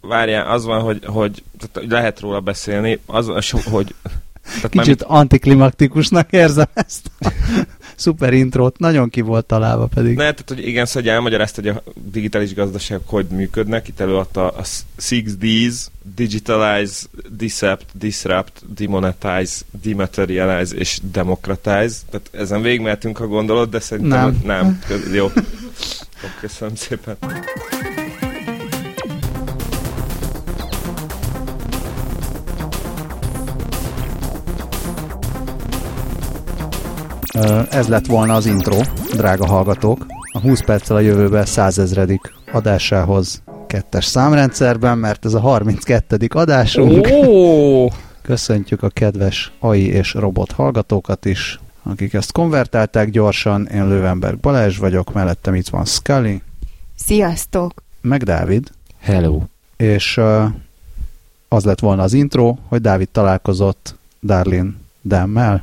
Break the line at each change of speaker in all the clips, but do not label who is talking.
várjál, az van, hogy lehet róla beszélni, hogy...
Kicsit antiklimaktikusnak érzem ezt a szuper intrót, nagyon ki volt találva pedig.
Ne, tehát, hogy igen, szóval elmagyarázta, hogy a digitális gazdaságok hogy működnek. Itt előadta a 6Ds, Digitalize, Decept, Disrupt, Demonetize, Dematerialize és Democratize. Tehát ezen végigmehetünk, ha gondolod, de szerintem nem. Jó. Köszönöm szépen.
Ez lett volna az intro, drága hallgatók. A 20 perccel a jövőben 100 000. adásához 2-es számrendszerben, mert ez a 32. adásunk.
Oh!
Köszöntjük a kedves AI és robot hallgatókat is, akik ezt konvertálták gyorsan. Én Löwenberg Balázs vagyok, mellettem itt van Scully.
Sziasztok!
Meg Dávid.
Hello!
És az lett volna az intro, hogy Dávid találkozott Darlene Dammel.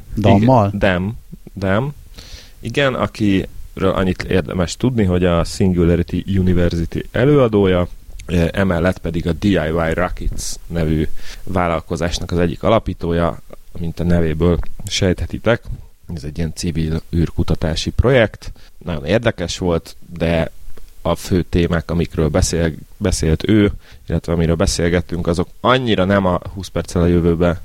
Dam. Igen, akiről annyit érdemes tudni, hogy a Singularity University előadója, emellett pedig a DIY Rockets nevű vállalkozásnak az egyik alapítója, mint a nevéből sejthetitek. Ez egy ilyen civil űrkutatási projekt. Nagyon érdekes volt, de a fő témák, amikről beszélt ő, illetve amiről beszélgettünk, azok annyira nem a 20 perccel a jövőbe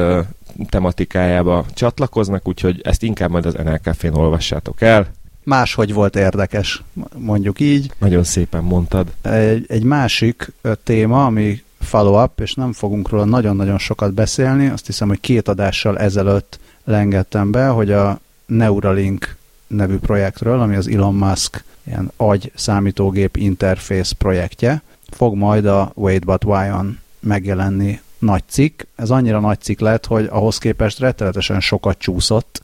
tematikájába csatlakoznak, úgyhogy ezt inkább majd az NLKF-én olvassátok el.
Máshogy volt érdekes, mondjuk így.
Nagyon szépen mondtad.
Egy másik téma, ami follow-up, és nem fogunk róla nagyon-nagyon sokat beszélni, azt hiszem, hogy 2 adással ezelőtt lengettem be, hogy a Neuralink nevű projektről, ami az Elon Musk ilyen agy-számítógép interfész projektje, fog majd a Wait But Why-on megjelenni nagy cikk. Ez annyira nagy cikk lett, hogy ahhoz képest rettenetesen sokat csúszott,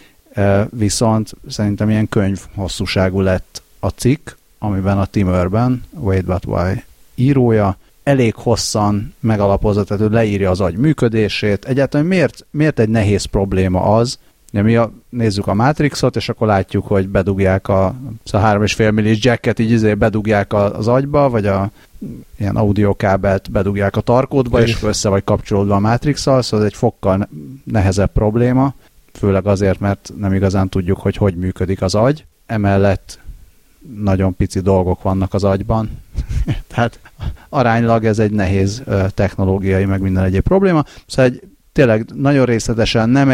viszont szerintem ilyen könyv hosszúságú lett a cikk, amiben a Tim Urban, Wait But Why írója, elég hosszan megalapozott, tehát ő leírja az agy működését. Egyáltalán miért egy nehéz probléma az, de mi nézzük a Matrixot, és akkor látjuk, hogy bedugják a 3,5 millis jacket, így bedugják az agyba, vagy ilyen audiokábelt bedugják a tarkódba, és össze vagy kapcsolódva a Matrix-szal, szóval ez egy fokkal nehezebb probléma, főleg azért, mert nem igazán tudjuk, hogy működik az agy. Emellett nagyon pici dolgok vannak az agyban, tehát aránylag ez egy nehéz technológiai, meg minden egyéb probléma. Szóval tényleg nagyon részletesen nem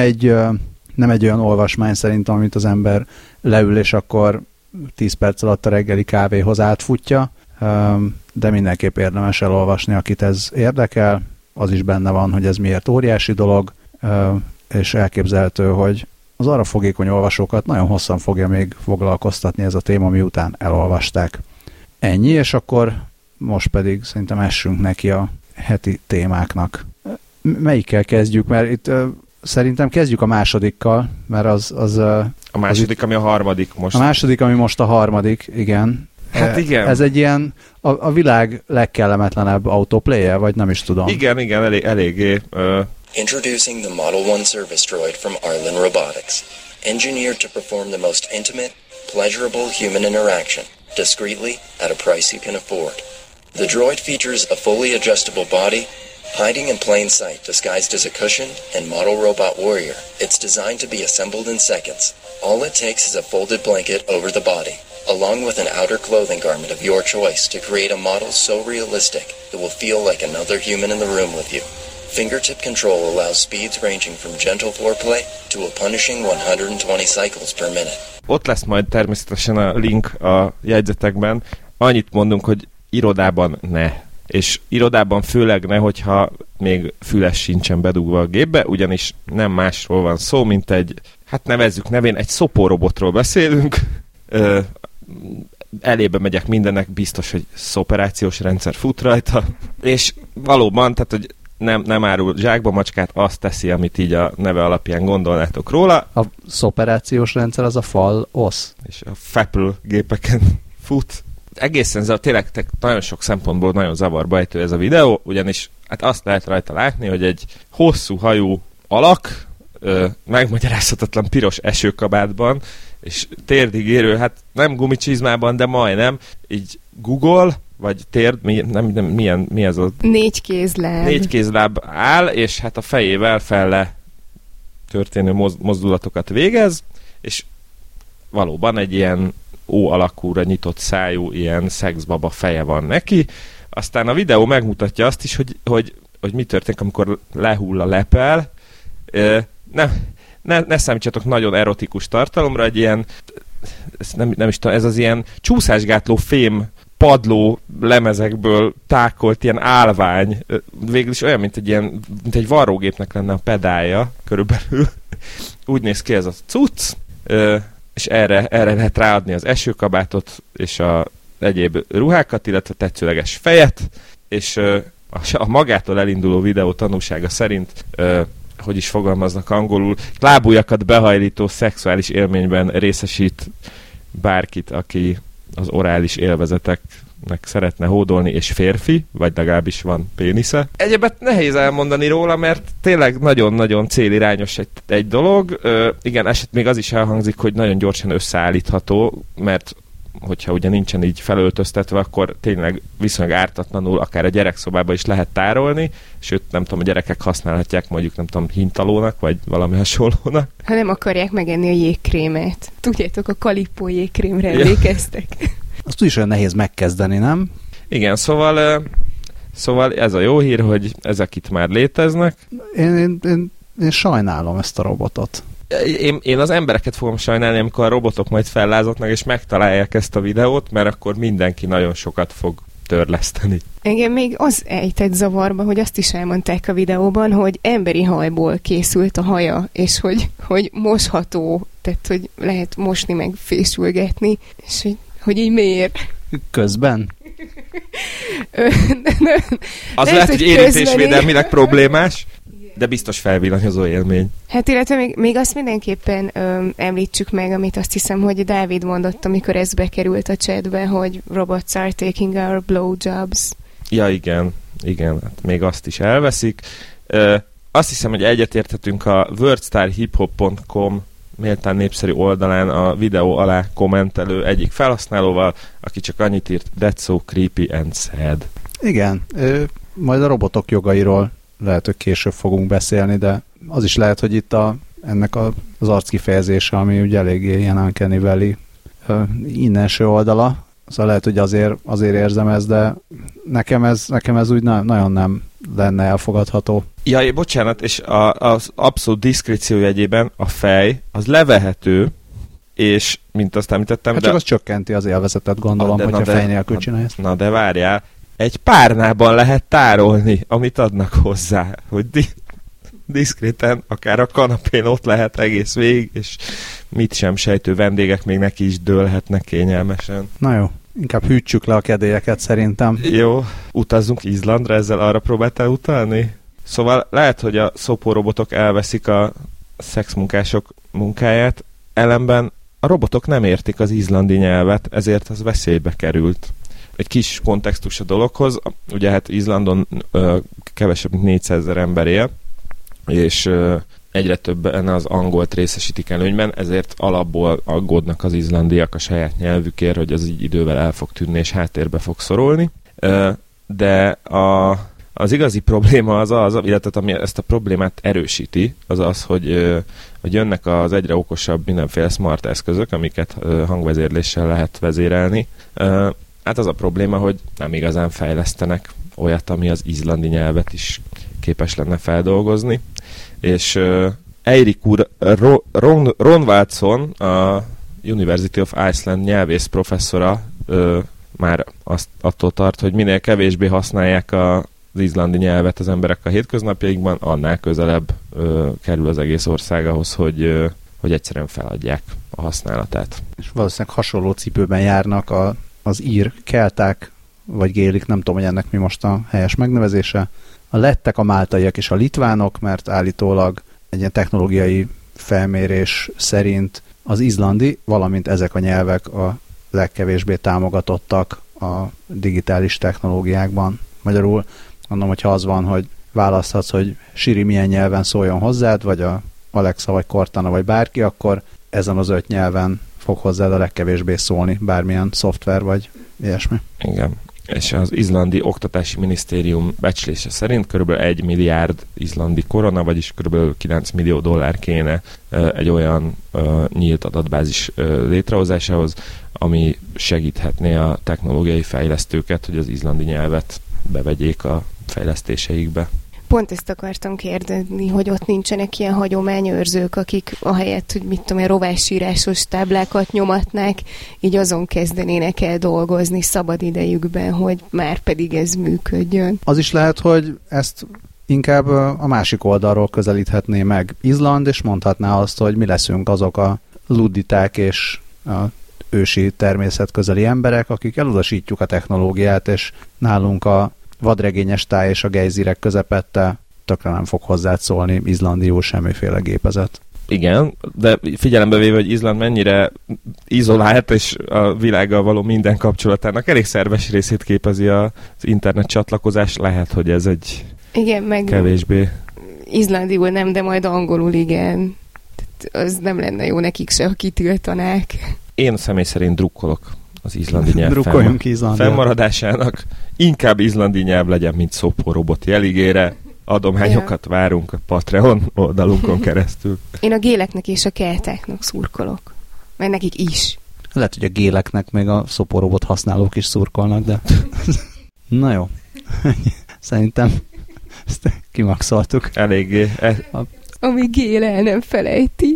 egy olyan olvasmány szerintem, amit az ember leül, és akkor 10 perc alatt a reggeli kávéhoz átfutja, de mindenképp érdemes elolvasni, akit ez érdekel. Az is benne van, hogy ez miért óriási dolog, és elképzelhető, hogy az arra fogékony olvasókat nagyon hosszan fogja még foglalkoztatni ez a téma, miután elolvasták. Ennyi, és akkor most pedig szerintem essünk neki a heti témáknak. Melyikkel kezdjük? Mert itt szerintem kezdjük a másodikkal, mert az
a második, ami a harmadik most.
A második, ami most a harmadik, igen.
Hát igen.
Ez egy ilyen a világ legkellemetlenebb autoplayer, vagy nem is tudom.
Igen, eléggé.
Introducing the Model 1 service droid from Arlen Robotics. Engineered to perform the most intimate, pleasurable human interaction, discreetly at a price you can afford. The droid features a fully adjustable body, hiding in plain sight disguised as a cushioned and model robot warrior. It's designed to be assembled in seconds. All it takes is a folded blanket over the body, along with an outer clothing garment of your choice to create a model so realistic it will feel like another human in the room with you. Fingertip control allows speeds ranging from gentle foreplay to a punishing 120 cycles per minute.
Ott lesz majd természetesen a link a jegyzetekben. Annyit mondunk, hogy irodában ne. És irodában főleg ne, hogyha még füles sincsen bedugva a gépbe, ugyanis nem másról van szó, mint egy, hát nevezzük nevén, egy szopórobotról beszélünk. Elébe megyek mindennek, biztos, hogy szoperációs rendszer fut rajta. És valóban, tehát, hogy nem árul zsákba macskát, azt teszi, amit így a neve alapján gondolnátok róla.
A szoperációs rendszer az a fal osz.
És a Apple gépeken fut. Egészen tényleg nagyon sok szempontból nagyon zavarba ejtő ez a videó, ugyanis hát azt lehet rajta látni, hogy egy hosszú hajú alak, megmagyarázhatatlan piros esőkabátban, és térdig érő, hát nem gumicsizmában, de majdnem, így Google, vagy térd, mi ez a...
4 kézláb.
4 kézláb áll, és hát a fejével felle történő mozdulatokat végez, és valóban egy ilyen ó alakúra nyitott szájú, ilyen szexbaba feje van neki. Aztán a videó megmutatja azt is, hogy mi történik, amikor lehull a lepel. Ne számítsatok nagyon erotikus tartalomra, egy ilyen, nem is tudom, ez az ilyen csúszásgátló fém padló lemezekből tákolt ilyen állvány, végül is olyan, mint egy varrógépnek lenne a pedálja körülbelül. Úgy néz ki ez a cucc, és erre lehet ráadni az esőkabátot, és a egyéb ruhákat, illetve tetszőleges fejet, és a magától elinduló videó tanúsága szerint, hogy is fogalmaznak angolul, lábujjakat behajlító szexuális élményben részesít bárkit, aki az orális élvezeteknek szeretne hódolni, és férfi, vagy legalábbis van pénisze. Egyébként nehéz elmondani róla, mert tényleg nagyon-nagyon célirányos egy dolog. Igen, eset még az is elhangzik, hogy nagyon gyorsan összeállítható, mert hogyha ugye nincsen így felöltöztetve, akkor tényleg viszonylag ártatlanul akár a gyerekszobába is lehet tárolni, sőt, nem tudom, a gyerekek használhatják mondjuk, nem tudom, hintalónak, vagy valami hasonlónak.
Ha nem akarják megenni a jégkrémet. Tudjátok, a Calippo jégkrémre emlékeztek.
Azt úgyis olyan nehéz megkezdeni, nem?
Igen, szóval ez a jó hír, hogy ezek itt már léteznek.
Én sajnálom ezt a robotot.
Én az embereket fogom sajnálni, amikor a robotok majd fellázadnak, és megtalálják ezt a videót, mert akkor mindenki nagyon sokat fog törleszteni.
Engem még az ejtett zavarba, hogy azt is elmondták a videóban, hogy emberi hajból készült a haja, és hogy mosható, tehát hogy lehet mosni, meg fésülgetni, és hogy így miért?
Közben?
Az lehet, hogy érintésvédelmileg problémás, de biztos felvillanyozó élmény.
Hát illetve még azt mindenképpen említsük meg, amit azt hiszem, hogy Dávid mondott, amikor ez bekerült a chatbe, hogy robots are taking our blowjobs.
Ja, igen, hát még azt is elveszik. Azt hiszem, hogy egyetérthetünk a wordstarhiphop.com méltán népszerű oldalán a videó alá kommentelő egyik felhasználóval, aki csak annyit írt, that's so creepy and sad.
Igen, majd a robotok jogairól lehet, hogy később fogunk beszélni, de az is lehet, hogy itt ennek az arckifejezése, ami ugye eléggé ilyen Uncanny Valley innenső oldala, szóval lehet, hogy azért érzem ezt, de nekem ez úgy nagyon nem lenne elfogadható.
Ja, bocsánat, és az abszolút diszkréció jegyében a fej az levehető, és mint azt említettem...
Hát csak az csökkenti az élvezetet, gondolom, hogyha fej nélkül csinálja ezt.
Na de várjál, egy párnában lehet tárolni, amit adnak hozzá, hogy diszkréten, akár a kanapén ott lehet egész végig, és mit sem sejtő vendégek még neki is dőlhetnek kényelmesen.
Na jó, inkább hűtsük le a kedélyeket szerintem.
Jó, utazzunk Izlandra, ezzel arra próbáltál utalni? Szóval lehet, hogy a szopórobotok elveszik a szexmunkások munkáját, ellenben a robotok nem értik az izlandi nyelvet, ezért az veszélybe került. Egy kis kontextus a dologhoz, ugye hát Izlandon kevesebb mint 400 000 ember él, és egyre többen az angolt részesítik előnyben, ezért alapból aggódnak az izlandiak a saját nyelvükért, hogy az így idővel el fog tűnni és háttérbe fog szorulni. De az igazi probléma az, illetve ami ezt a problémát erősíti, az, hogy jönnek az egyre okosabb mindenféle smart eszközök, amiket hangvezérléssel lehet vezérelni. Hát az a probléma, hogy nem igazán fejlesztenek olyat, ami az izlandi nyelvet is képes lenne feldolgozni. És Eiríkur Ronvaldsson, a University of Iceland nyelvész professzora már attól tart, hogy minél kevésbé használják az izlandi nyelvet az emberek a hétköznapjaikban, annál közelebb kerül az egész ország ahhoz, hogy egyszerűen feladják a használatát.
És valószínűleg hasonló cipőben járnak az ír kelták, vagy gélik, nem tudom, hogy ennek mi most a helyes megnevezése. A lettek, a máltaiak és a litvánok, mert állítólag egy ilyen technológiai felmérés szerint az izlandi, valamint ezek a nyelvek a legkevésbé támogatottak a digitális technológiákban. Magyarul mondom, hogyha az van, hogy választhatsz, hogy Siri milyen nyelven szóljon hozzád, vagy a Alexa, vagy Cortana, vagy bárki, akkor ezen az 5 nyelven fog hozzád a legkevésbé szólni bármilyen szoftver, vagy ilyesmi.
Igen. és az izlandi oktatási minisztérium becslése szerint kb. 1 milliárd izlandi korona, vagyis kb. 9 millió dollár kéne egy olyan nyílt adatbázis létrehozásához, ami segíthetné a technológiai fejlesztőket, hogy az izlandi nyelvet bevegyék a fejlesztéseikbe.
Pont ezt akartam kérdezni, hogy ott nincsenek ilyen hagyományőrzők, akik ahelyett, hogy mit tudom, rovásírásos táblákat nyomatnák, így azon kezdenének el dolgozni szabad idejükben, hogy már pedig ez működjön.
Az is lehet, hogy ezt inkább a másik oldalról közelíthetné meg Izland, és mondhatná azt, hogy mi leszünk azok a ludditák és a ősi természetközeli emberek, akik elutasítjuk a technológiát, és nálunk a vadregényes táj és a gejzírek közepette tökre nem fog hozzád szólni izlandiul semmiféle gépezet.
Igen, de figyelembe véve, hogy Izland mennyire izolált, és a világgal való minden kapcsolatának elég szerves részét képezi az internet csatlakozás, lehet, hogy ez egy
igen, meg
kevésbé.
Izlandiul nem, de majd angolul igen. Tehát az nem lenne jó nekik se, ha kitiltanák.
Én személy szerint drukkolok az izlandi nyelv fennmaradásának. Inkább izlandi nyelv legyen, mint Szopó robot jeligére. Adományokat várunk a Patreon oldalunkon keresztül.
Én a géleknek és a keltáknak szurkolok. Mert nekik is.
Lehet, hogy a géleknek még a Szopó robot használók is szurkolnak, de... Na jó. Szerintem ezt kimaxoltuk.
Eléggé.
Ami Gél el nem felejti.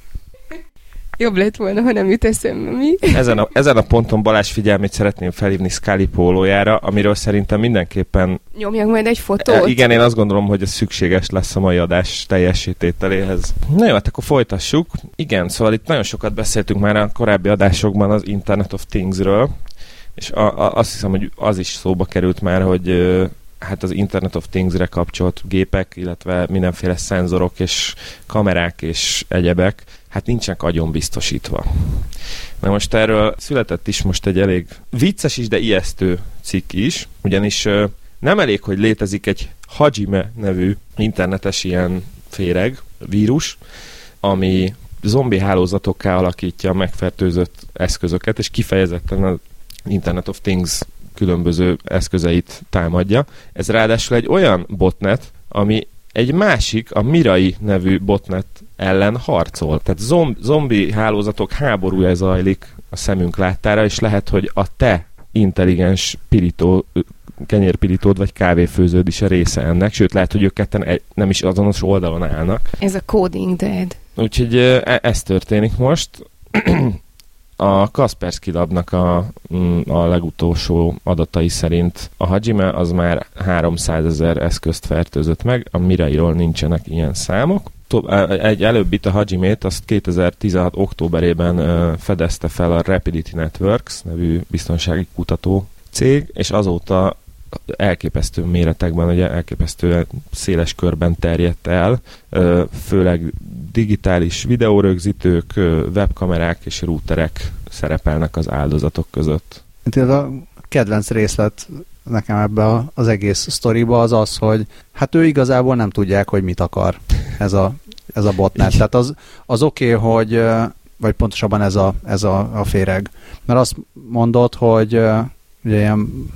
Jobb lett volna, ha nem jut eszembe mi.
Ezen a ponton Balázs figyelmét szeretném felhívni Scully pólójára, amiről szerintem mindenképpen...
Nyomjak majd egy fotót?
Igen, én azt gondolom, hogy ez szükséges lesz a mai adás teljesítételéhez. Na jó, hát akkor folytassuk. Igen, szóval itt nagyon sokat beszéltünk már a korábbi adásokban az Internet of Things-ről, és azt hiszem, hogy az is szóba került már, hogy hát az Internet of Things-re kapcsolt gépek, illetve mindenféle szenzorok és kamerák és egyebek, hát nincsenek agyon biztosítva. Na most erről született is most egy elég vicces is, de ijesztő cikk is, ugyanis nem elég, hogy létezik egy Hajime nevű internetes ilyen féreg, vírus, ami zombi hálózatokká alakítja a megfertőzött eszközöket, és kifejezetten az Internet of Things különböző eszközeit támadja. Ez ráadásul egy olyan botnet, ami egy másik, a Mirai nevű botnet ellen harcol. Tehát zombi hálózatok háborúja zajlik a szemünk láttára, és lehet, hogy a te intelligens kenyérpirítód vagy kávéfőződ is a része ennek, sőt lehet, hogy ők ketten nem is azonos oldalon állnak.
Ez a Coding Dead.
Úgyhogy ez történik most. A Kaspersky Labnak a legutolsó adatai szerint a Hajime az már 300 000 eszközt fertőzött meg, a Mirairól nincsenek ilyen számok. Egy előbbit a Hajimét azt 2016. októberében fedezte fel a Rapidity Networks nevű biztonsági kutató cég, és azóta elképesztő méretekben, ugye elképesztő széles körben terjedt el, főleg digitális videórögzítők, webkamerák és routerek szerepelnek az áldozatok között.
Ez a kedvenc részlet nekem ebbe az egész sztoriba az, hogy hát ő igazából nem tudják, hogy mit akar ez a botnet. Tehát az oké, hogy vagy pontosabban ez a féreg. Mert azt mondod, hogy ugye ilyen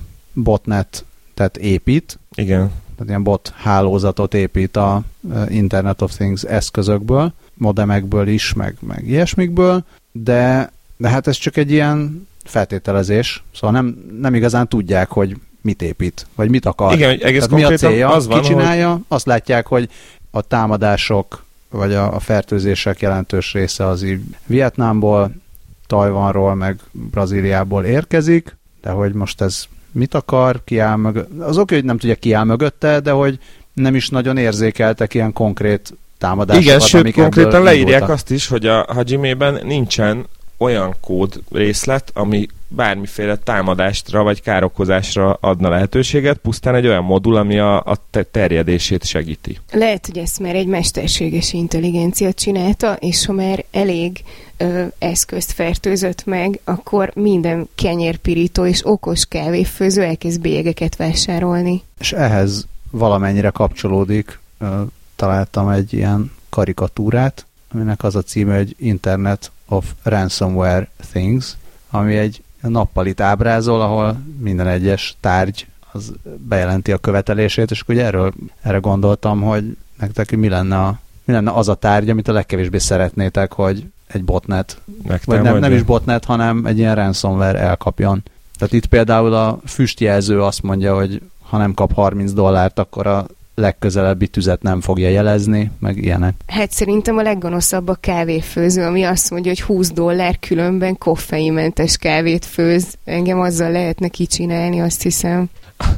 botnetet épít.
Igen.
Tehát ilyen bot hálózatot épít a Internet of Things eszközökből, modemekből is, meg ilyesmikből, de hát ez csak egy ilyen feltételezés, szóval nem igazán tudják, hogy mit épít, vagy mit akar.
Igen, egész
tehát mi a célja,
az van,
ki csinálja,
hogy...
azt látják, hogy a támadások, vagy a fertőzések jelentős része az így Vietnámból, Tajvanról, meg Brazíliából érkezik, de hogy most ez mit akar, ki áll mögött. Az oké, hogy nem tudja, ki áll mögötte, de hogy nem is nagyon érzékeltek ilyen konkrét támadásokat.
Igen, sőt, konkrétan leírják azt is, hogy a Hajimében nincsen olyan kód részlet, ami bármiféle támadásra vagy károkozásra adna lehetőséget, pusztán egy olyan modul, ami a terjedését segíti.
Lehet, hogy ezt már egy mesterséges intelligencia csinálta, és ha már elég eszközt fertőzött meg, akkor minden kenyérpirító és okos kávéfőző elkezd bélyegeket vásárolni.
És ehhez valamennyire kapcsolódik, találtam egy ilyen karikatúrát, aminek az a címe, hogy Internet of Ransomware Things, ami egy nappalit ábrázol, ahol minden egyes tárgy az bejelenti a követelését, és akkor ugye erre gondoltam, hogy nektek mi lenne az a tárgy, amit a legkevésbé szeretnétek, hogy egy botnet, vagy nem is botnet, hanem egy ilyen ransomware elkapjon. Tehát itt például a füstjelző azt mondja, hogy ha nem kap $30, akkor a legközelebbi tüzet nem fogja jelezni, meg ilyenek.
Hát szerintem a leggonoszabb a kávéfőző, ami azt mondja, hogy $20 különben koffeinmentes kávét főz. Engem azzal lehetne kicsinálni, azt hiszem.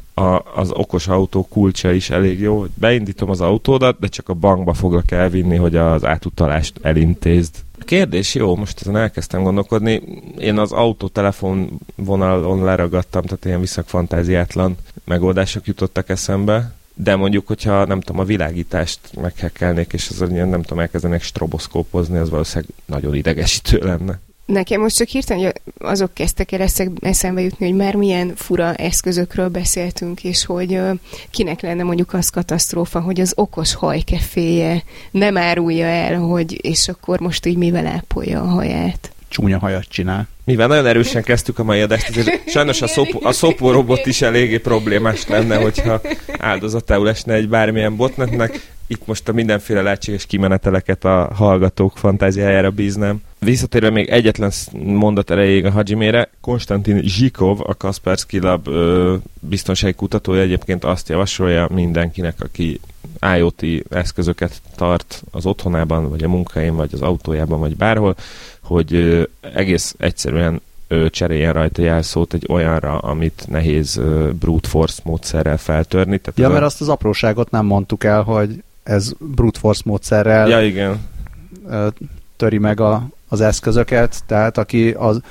Az okos autó kulcsa is elég jó, hogy beindítom az autódat, de csak a bankba foglak elvinni, hogy az átutalást elintézd. A kérdés jó, most ezen elkezdtem gondolkodni. Én az autótelefon vonalon leragadtam, tehát ilyen viszont fantáziátlan megoldások jutottak eszembe. De mondjuk, hogyha nem tudom, a világítást meghekkelnék, és az ilyen, nem tudom, elkezdenek stroboszkópozni, az valószínűleg nagyon idegesítő lenne.
Nekem most csak hirtelen, hogy azok kezdtek el eszembe jutni, hogy már milyen fura eszközökről beszéltünk, és hogy kinek lenne mondjuk az katasztrófa, hogy az okos hajkeféje nem árulja el, hogy és akkor most így mivel ápolja a haját.
Csúnya hajat csinál.
Mivel nagyon erősen kezdtük a mai adást, ezért sajnos a szopórobot is eléggé problémás lenne, hogyha áldozatául esne egy bármilyen botnetnek. Itt most a mindenféle lehetséges kimeneteleket a hallgatók fantáziájára bíznám. Visszatérve még egyetlen mondat erejéig a Hajimére, Konstantin Zsikov, a Kaspersky Lab biztonsági kutatója egyébként azt javasolja mindenkinek, aki IoT eszközöket tart az otthonában, vagy a munkáján, vagy az autójában, vagy bárhol, hogy egész egyszerűen cseréljen rajta jelszót egy olyanra, amit nehéz brute force módszerrel feltörni. Tehát
mert azt az apróságot nem mondtuk el, hogy ez brute force módszerrel
igen.
Töri meg az eszközöket, tehát aki az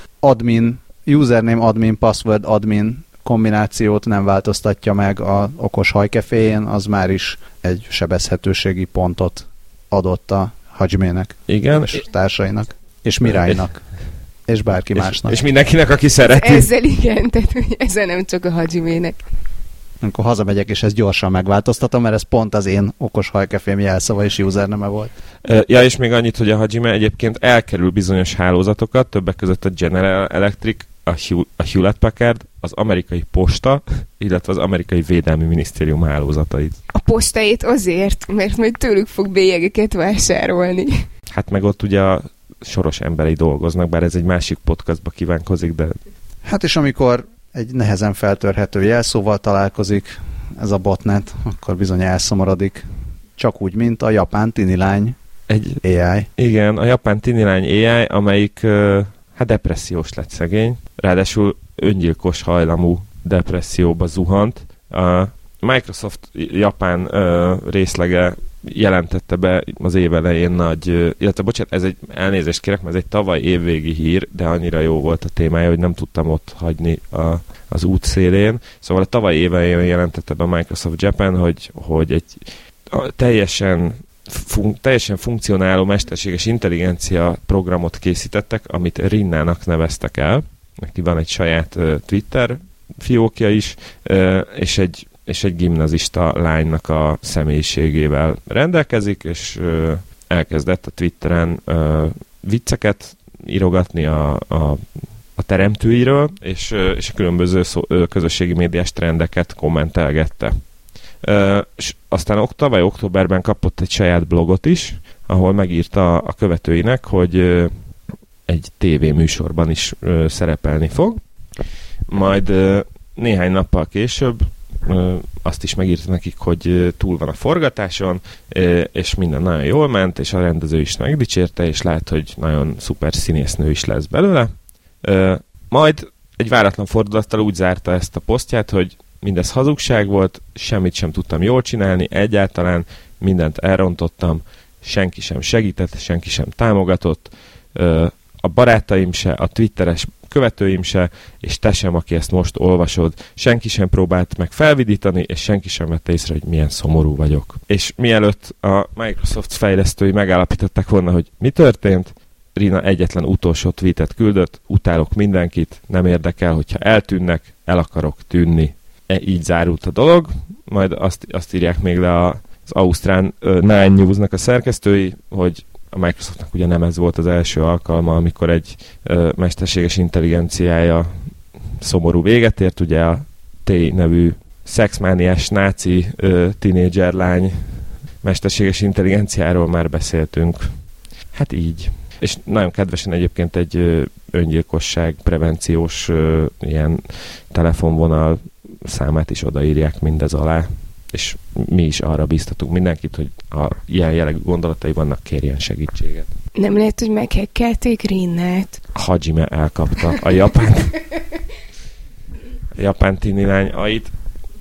username admin, password admin kombinációt nem változtatja meg az okos hajkeféjén, az már is egy sebezhetőségi pontot adott a Hajimének.
Igen.
És társainak. És Mirálynak. És bárki másnak.
És mindenkinek, aki szereti.
Ezzel igen, tehát ezzel nem csak a Hajimének.
Amikor hazamegyek, és ezt gyorsan megváltoztatom, mert ez pont az én okos hajkefém jelszava és username volt.
Ja, és még annyit, hogy a Hajime egyébként elkerül bizonyos hálózatokat, többek között a General Electric, a Hewlett Packard, az amerikai posta, illetve az amerikai védelmi minisztérium hálózatait.
A postáit azért, mert majd tőlük fog bélyegeket vásárolni.
Hát meg ott ugye a soros emberei dolgoznak, bár ez egy másik podcastba kívánkozik, de...
Hát és amikor egy nehezen feltörhető jelszóval találkozik ez a botnet, akkor bizony elszomorodik. Csak úgy, mint a japán tinilány AI.
Igen, a japán tinilány AI, amelyik depressziós lett szegény, ráadásul öngyilkos hajlamú depresszióba zuhant. A Microsoft japán részlege jelentette be az év elején illetve bocsánat, ez egy elnézést kérek, mert ez egy tavaly évvégi hír, de annyira jó volt a témája, hogy nem tudtam ott hagyni az út szélén. Szóval a tavaly év elején jelentette be a Microsoft Japan, hogy egy teljesen funkcionáló mesterséges intelligencia programot készítettek, amit Rinnának neveztek el. Neki van egy saját Twitter fiókja is, és egy gimnazista lánynak a személyiségével rendelkezik, és elkezdett a Twitteren vicceket írogatni a teremtőiről, és a különböző közösségi médiás trendeket kommentelgette. És aztán tavaly októberben kapott egy saját blogot is, ahol megírta a követőinek, hogy egy tévéműsorban is szerepelni fog. Majd néhány nappal később azt is megírta nekik, hogy túl van a forgatáson, és minden nagyon jól ment, és a rendező is megdicsérte, és lehet, hogy nagyon szuper színésznő is lesz belőle. Majd egy váratlan fordulattal úgy zárta ezt a posztját, hogy mindez hazugság volt, semmit sem tudtam jól csinálni, egyáltalán mindent elrontottam, senki sem segített, senki sem támogatott, a barátaim se, a twitteres követőim se, és te sem, aki ezt most olvasod, senki sem próbált meg felvidítani, és senki sem vette észre, hogy milyen szomorú vagyok. És mielőtt a Microsoft fejlesztői megállapították volna, hogy mi történt, Rina egyetlen utolsó tweetet küldött, utálok mindenkit, nem érdekel, hogyha eltűnnek, el akarok tűnni. Így zárult a dolog, majd azt írják még le az Ausztrán Nine News-nak a szerkesztői, hogy a Microsoftnak ugye nem ez volt az első alkalma, amikor egy mesterséges intelligenciája szomorú véget ért, ugye a T nevű szexmániás náci tínédzser lány mesterséges intelligenciáról már beszéltünk. Hát így. És nagyon kedvesen egyébként egy öngyilkosság prevenciós ilyen telefonvonal számát is odaírják mindez alá, és mi is arra bíztatunk mindenkit, hogy a ilyen jellegű gondolatai vannak, kérjen segítséget.
Nem lehet, hogy meghekkelték Rinnát?
Hajime elkapta a japán tini lány ait.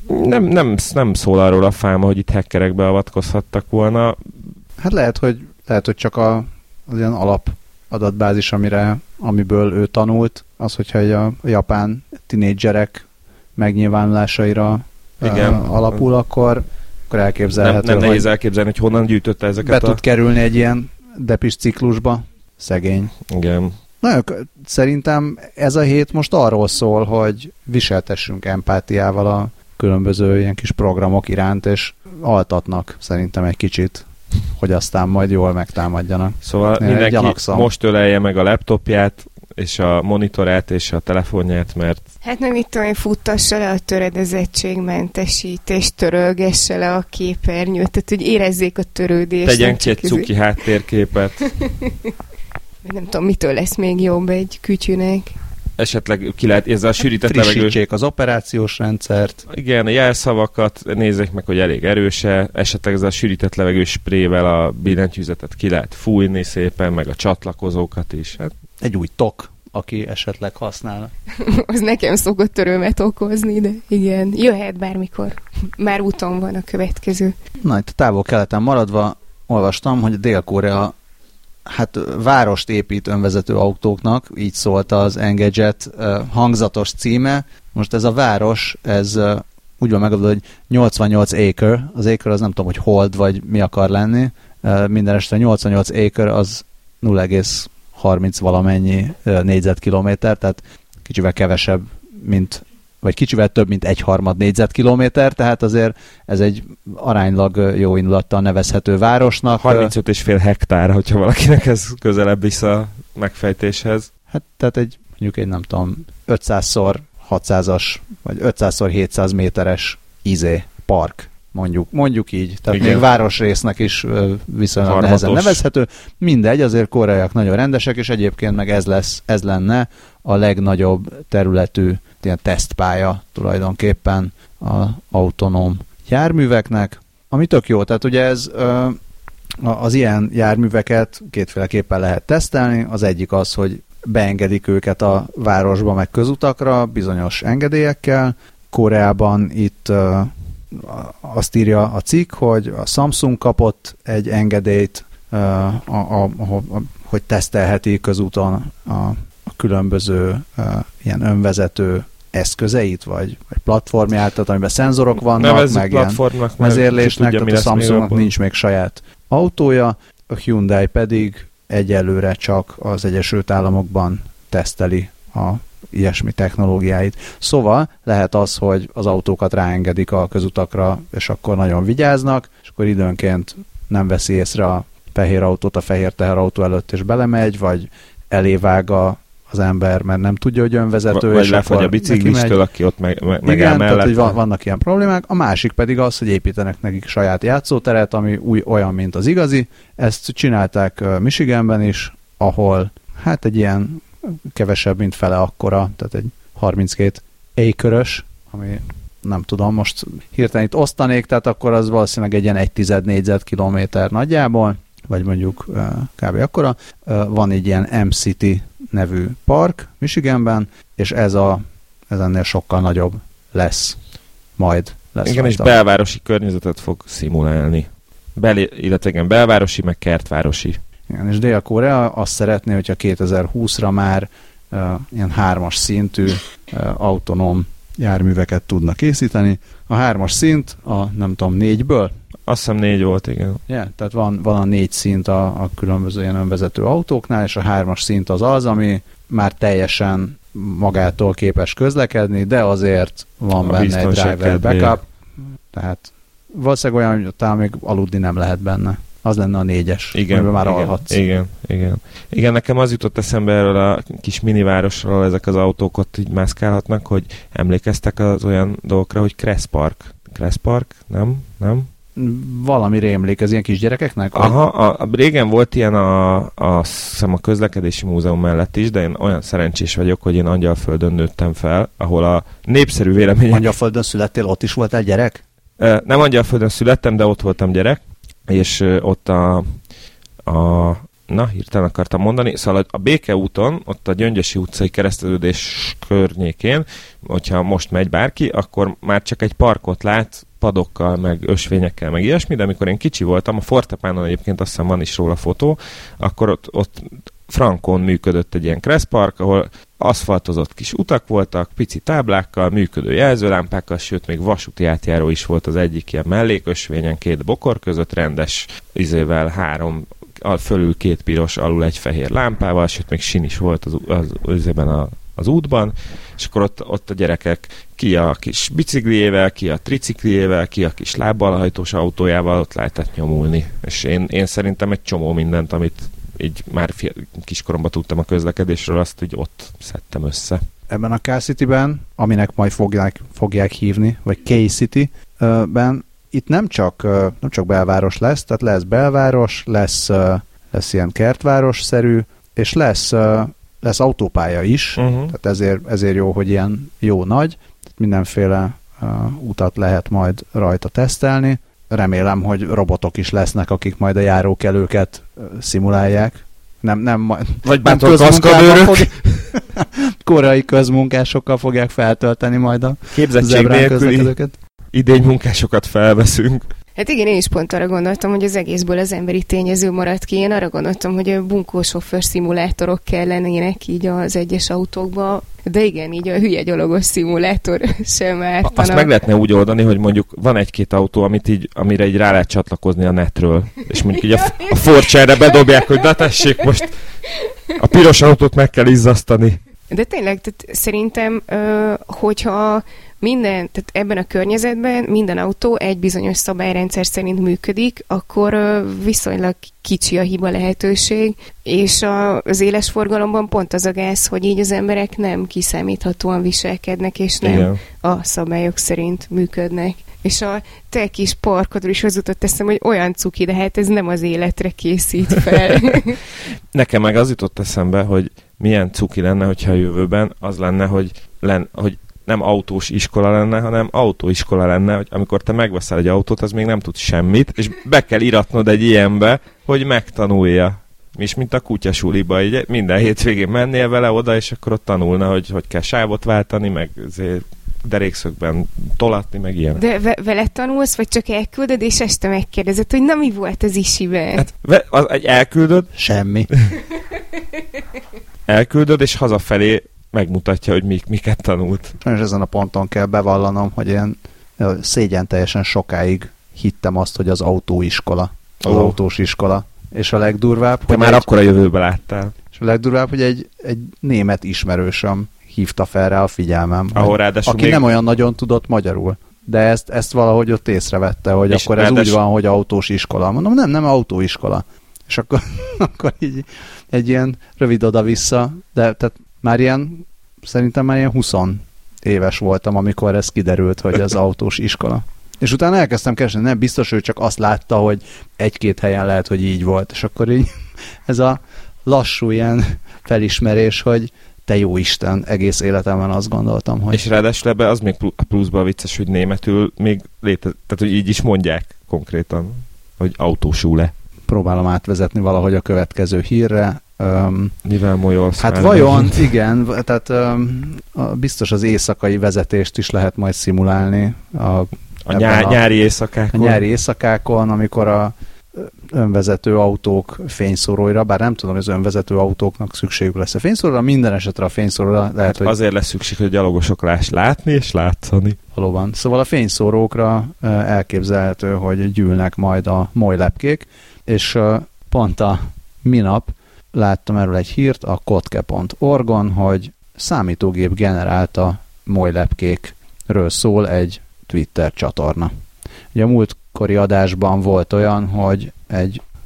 Nem szól arról a fáma, hogy itt hackerek beavatkozhattak volna.
Hát lehet, hogy csak az ilyen alap adatbázis, amiből ő tanult, az, hogyha a japán tinédzserek megnyilvánulásaira alapul, akkor elképzelhető,
nem nehéz elképzelni, hogy honnan gyűjtötte ezeket
tud kerülni egy ilyen depis ciklusba. Szegény.
Igen.
Na, szerintem ez a hét most arról szól, hogy viseltessünk empátiával a különböző ilyen kis programok iránt, és altatnak szerintem egy kicsit, hogy aztán majd jól megtámadjanak.
Szóval mindenki most ölelje meg a laptopját, és a monitorát, és a telefonját, mert...
Hát nem itt olyan, futtassa le a töredezettségmentesítést, törölgesse le a képernyőt, tehát hogy érezzék a törődést.
Tegyen ki egy cuki háttérképet.
Nem tudom, mitől lesz még jobb egy kütyűnek.
Esetleg ki lehet ezzel a sűrített levegő...
Frissítsék az operációs rendszert.
Igen, a jelszavakat nézzék meg, hogy elég erőse. Esetleg ezzel a sűrített levegő sprével a billentyűzetet ki lehet fújni szépen, meg a csatlakozókat is. Hát...
Egy új tok, aki esetleg használ.
Az nekem szokott örömet okozni, de igen, jöhet bármikor. Már úton van a következő.
Na, itt a távol-keleten maradva olvastam, hogy Dél-Korea várost épít önvezető autóknak, így szólt az Engadget hangzatos címe. Most ez a város, ez úgy van megadva, hogy 88 acre. Az acre az nem tudom, hogy hold, vagy mi akar lenni. Minden este 88 acre az 0,30 valamennyi négyzetkilométer, tehát kicsivel kevesebb, vagy kicsivel több, mint 1/3 négyzetkilométer, tehát azért ez egy aránylag jó indulattal nevezhető városnak.
35,5 hektár, hogyha valakinek ez közelebb vissza a megfejtéshez.
Hát tehát mondjuk egy nem tudom, 500x600-as, vagy 500x700 méteres park, mondjuk így. Tehát igen. Még városrésznek is viszonylag nehezen nevezhető. Mindegy, azért koreaiak nagyon rendesek, és egyébként meg ez lenne a legnagyobb területű ilyen tesztpálya tulajdonképpen az autonóm járműveknek, ami tök jó. Tehát ugye ez az ilyen járműveket kétféleképpen lehet tesztelni. Az egyik az, hogy beengedik őket a városba, meg közutakra bizonyos engedélyekkel. Koreában itt azt írja a cikk, hogy a Samsung kapott egy engedélyt, hogy tesztelheti közúton a különböző ilyen önvezető eszközeit, vagy platformját, tehát amiben szenzorok vannak,
nevezzük
meg ilyen vezérlésnek, tehát a Samsungnak nincs még saját autója, a Hyundai pedig egyelőre csak az Egyesült Államokban teszteli a ilyesmi technológiáit. Szóval lehet az, hogy az autókat ráengedik a közutakra, és akkor nagyon vigyáznak, és akkor időnként nem veszi észre a fehér autót a fehér teherautó előtt, és belemegy, vagy elévág az ember, mert nem tudja, hogy önvezető.
Vagy lefagy a biciklistől, aki ott megáll
mellett.
Tehát,
hogy vannak ilyen problémák. A másik pedig az, hogy építenek nekik saját játszóteret, ami olyan, mint az igazi. Ezt csinálták Michiganben is, ahol hát egy ilyen kevesebb, mint fele akkora, tehát egy 32 acre-ös, ami nem tudom, most hirtelen itt osztanék, tehát akkor az valószínűleg egy ilyen 1,1 négyzetkilométer nagyjából, vagy mondjuk kb. Akkora. Van egy ilyen M-City nevű park Michiganben, és ez ennél sokkal nagyobb lesz majd.
Igen, és belvárosi környezetet fog szimulálni. Illetve igen, belvárosi, meg kertvárosi.
Igen, és Dél-Korea azt szeretné, hogyha 2020-ra már ilyen 3-as szintű autonóm járműveket tudna készíteni. A 3-as szint nem tudom, 4-ből?
Azt hiszem 4 volt, igen.
Yeah, tehát van a 4 szint a különböző ilyen önvezető autóknál, és a 3-as szint az, ami már teljesen magától képes közlekedni, de azért van benne egy driver backup, tehát valószínűleg olyan, hogy talán még aludni nem lehet benne. Az lenne a 4-es, amiben már alhatsz.
Igen, nekem az jutott eszembe erről a kis minivárosról, ezek az autók ott így mászkálhatnak, hogy emlékeztek az olyan dolgokra, hogy Cresspark? Nem?
Valami rémlik, ez ilyen kisgyerekeknek?
Aha, régen volt ilyen azt hiszem a közlekedési múzeum mellett is, de én olyan szerencsés vagyok, hogy én Angyalföldön nőttem fel, ahol a népszerű vélemények...
Angyalföldön születtél, ott is voltál gyerek?
Nem Angyalföldön születtem, de ott voltam gyerek, és ott hirtelen akartam mondani, szóval a Béke úton, ott a Gyöngyösi utcai kereszteződés környékén, hogyha most megy bárki, akkor már csak egy parkot lát, padokkal, meg ösvényekkel, meg ilyesmi, de amikor én kicsi voltam, a Fortepánon egyébként azt hiszem van is róla fotó, akkor ott frankon működött egy ilyen Cresspark, ahol aszfaltozott kis utak voltak, pici táblákkal, működő jelzőlámpákkal, sőt még vasúti átjáró is volt az egyik ilyen mellékösvényen, 2 bokor között, rendes izével 3 fölül 2 piros, alul egy fehér lámpával, sőt még sin is volt az útban, és akkor ott a gyerekek ki a kis bicikliével, ki a tricikliével, ki a kis lábbal autójával ott lehetett nyomulni. És én szerintem egy csomó mindent, amit így már kiskoromban tudtam a közlekedésről, azt így ott szedtem össze.
Ebben a Car-Cityben, aminek majd fogják hívni, vagy K-City-ben, itt nem csak belváros lesz, tehát lesz belváros, lesz ilyen kertváros-szerű, és lesz autópálya is, tehát ezért jó, hogy ilyen jó nagy, tehát mindenféle utat lehet majd rajta tesztelni. Remélem, hogy robotok is lesznek, akik majd a járókelőket szimulálják.
Vagy bátor kaszkadőrök.
Koreai közmunkásokkal fogják feltölteni majd a
képzettség nélküli idénymunkásokat felveszünk.
Hát igen, én is pont arra gondoltam, hogy az egészből az emberi tényező maradt ki. Én arra gondoltam, hogy a bunkósofőr szimulátorok kellenének így az egyes autókba, de igen, így a hülye gyalogos szimulátor sem ártana.
Azt meg lehetne úgy oldani, hogy mondjuk van 1-2 autó, amire így rá lehet csatlakozni a netről, és mondjuk így a Forcsára bedobják, hogy na tessék, most a piros autót meg kell izzasztani.
De tényleg, tehát szerintem, hogyha tehát ebben a környezetben minden autó egy bizonyos szabályrendszer szerint működik, akkor viszonylag kicsi a hiba lehetőség, és az éles forgalomban pont az a gáz, hogy így az emberek nem kiszámíthatóan viselkednek, és nem igen. A szabályok szerint működnek. És a te kis parkodról is az jutott eszem, hogy olyan cuki, de hát ez nem az életre készít fel.
Nekem meg az jutott eszembe, hogy milyen cuki lenne, hogyha a jövőben az lenne, hogy nem autós iskola lenne, hanem autóiskola lenne, hogy amikor te megveszel egy autót, az még nem tud semmit, és be kell iratnod egy ilyenbe, hogy megtanulja. És mint a kutyasuliba, így minden hétvégén mennél vele oda, és akkor ott tanulna, hogy kell sávot váltani, meg derékszögben tolatni, meg ilyen.
De vele tanulsz, vagy csak elküldöd, és este megkérdezed, hogy na mi volt az isiben?
Hát elküldöd.
Semmi.
Elküldöd, és hazafelé megmutatja, hogy miket tanult.
És ezen a ponton kell bevallanom, hogy én szégyenteljesen sokáig hittem azt, hogy az autóiskola. Az autós iskola. És a legdurvább,
te már akkor a jövőbe láttál.
És a legdurvább, hogy egy német ismerősöm hívta fel rá a figyelmem. Aki nem olyan nagyon tudott magyarul. De ezt valahogy ott észrevette, hogy és akkor ez úgy van, hogy autós iskola. Mondom, nem autóiskola. És akkor így egy ilyen rövid oda-vissza, de tehát szerintem már ilyen 20 éves voltam, amikor ez kiderült, hogy ez autós iskola. És utána elkezdtem keresni, nem biztos, hogy csak azt látta, hogy 1-2 helyen lehet, hogy így volt. És akkor így ez a lassú ilyen felismerés, hogy te jó Isten, egész életemben azt gondoltam, hogy...
És ráadásul ebbe az még a pluszban vicces, hogy németül még tehát hogy így is mondják konkrétan, hogy autósule.
Próbálom átvezetni valahogy a következő hírre.
Mivel molyolsz?
Hát vajon, igen, tehát biztos az éjszakai vezetést is lehet majd szimulálni.
A nyári éjszakákon.
A nyári éjszakákon, amikor a önvezető autók fényszóróira, bár nem tudom, hogy az önvezető autóknak szükségük lesz a fényszóróra, minden esetre a fényszóróra lehet, hogy...
Azért lesz szükség, hogy a gyalogosok látni és látszani.
Valóban. Szóval a fényszórókra elképzelhető, hogy gyűlnek majd a molylepkék, és pont a minap láttam erről egy hírt a kotke.org-on, hogy számítógép generálta molylepkékről szól egy Twitter csatorna. Ugye a múltkori adásban volt olyan, hogy egy